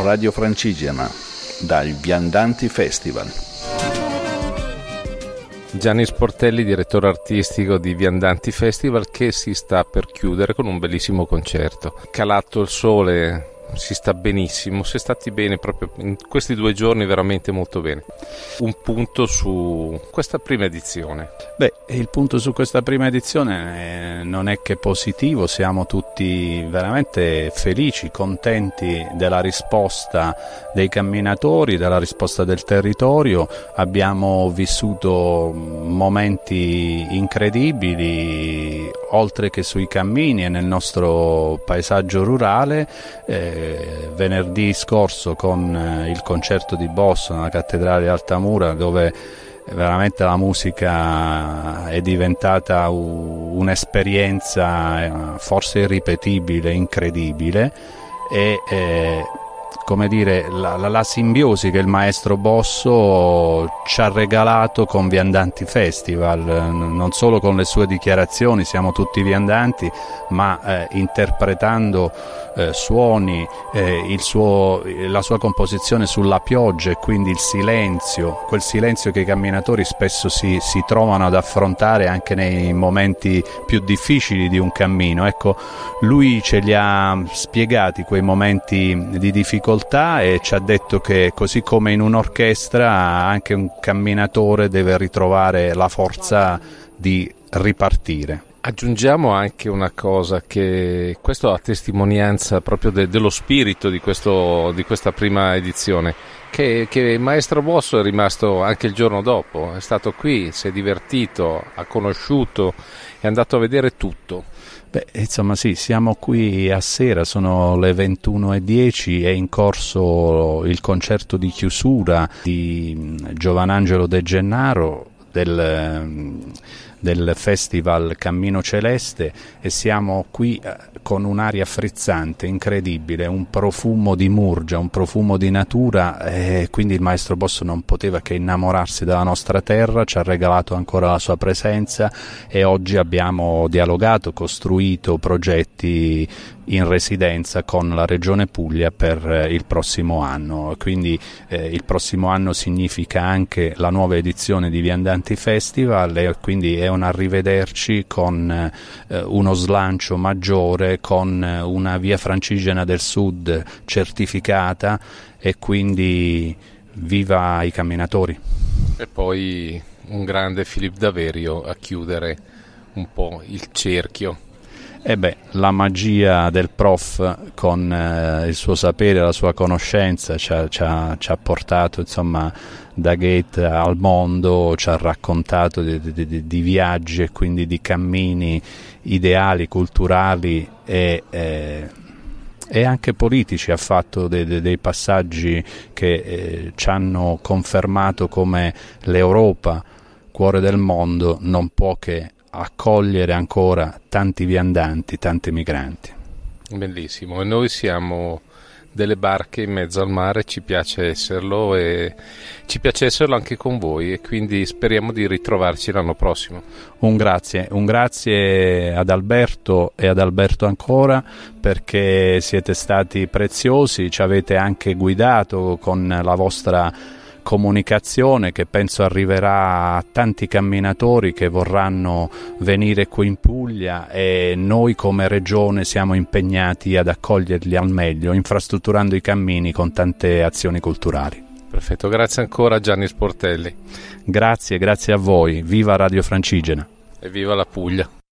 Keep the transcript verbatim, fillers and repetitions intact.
Radio Francigena, dal Viandanti Festival. Gianni Sportelli, direttore artistico di Viandanti Festival, che si sta per chiudere con un bellissimo concerto. Calato il sole, si sta benissimo, si è stati bene proprio in questi due giorni, veramente molto bene. Un punto su questa prima edizione. Beh, il punto su questa prima edizione eh, non è che positivo, siamo tutti veramente felici, contenti della risposta dei camminatori, della risposta del territorio. Abbiamo vissuto momenti incredibili, oltre che sui cammini e nel nostro paesaggio rurale. Eh, venerdì scorso con eh, il concerto di Bosso nella cattedrale di Altamura, dove veramente la musica è diventata u- un'esperienza eh, forse irripetibile, incredibile, e eh, come dire, la, la, la simbiosi che il maestro Bosso ci ha regalato con Viandanti Festival, non solo con le sue dichiarazioni, siamo tutti viandanti, ma eh, interpretando eh, suoni, eh, il suo, la sua composizione sulla pioggia e quindi il silenzio, quel silenzio che i camminatori spesso si, si trovano ad affrontare anche nei momenti più difficili di un cammino. Ecco, lui ce li ha spiegati quei momenti di difficoltà e ci ha detto che, così come in un'orchestra, anche un camminatore deve ritrovare la forza di ripartire. Aggiungiamo anche una cosa, che questo ha testimonianza proprio de, dello spirito di, questo, di questa prima edizione, che, che il maestro Bosso è rimasto anche il giorno dopo, è stato qui, si è divertito, ha conosciuto, è andato a vedere tutto. Beh, insomma sì, siamo qui a sera, sono le ventuno e dieci, è in corso il concerto di chiusura di Giovanangelo De Gennaro del, del Festival Cammino Celeste, e siamo qui con un'aria frizzante, incredibile, un profumo di murgia, un profumo di natura, e quindi il maestro Bosso non poteva che innamorarsi della nostra terra, ci ha regalato ancora la sua presenza e oggi abbiamo dialogato, costruito progetti in residenza con la Regione Puglia per il prossimo anno. Quindi eh, il prossimo anno significa anche la nuova edizione di Viandanti Festival, e quindi è un arrivederci con eh, uno slancio maggiore, con una via Francigena del Sud certificata, e quindi viva i camminatori. E poi un grande Filippo Daverio a chiudere un po' il cerchio. E beh, la magia del prof con eh, il suo sapere, la sua conoscenza ci ha, ci ha, ci ha portato insomma da Goethe al mondo, ci ha raccontato di, di, di viaggi e quindi di cammini ideali, culturali e, eh, e anche politici. Ha fatto dei, dei, dei passaggi che eh, ci hanno confermato come l'Europa, cuore del mondo, non può che accogliere ancora tanti viandanti, tanti migranti. Bellissimo, e noi siamo delle barche in mezzo al mare, ci piace esserlo e ci piace esserlo anche con voi, e quindi speriamo di ritrovarci l'anno prossimo. Un grazie, un grazie ad Alberto e ad Alberto ancora, perché siete stati preziosi, ci avete anche guidato con la vostra comunicazione, che penso arriverà a tanti camminatori che vorranno venire qui in Puglia, e noi come regione siamo impegnati ad accoglierli al meglio, infrastrutturando i cammini con tante azioni culturali. Perfetto, grazie ancora Gianni Sportelli. Grazie, grazie a voi, viva Radio Francigena. E viva la Puglia.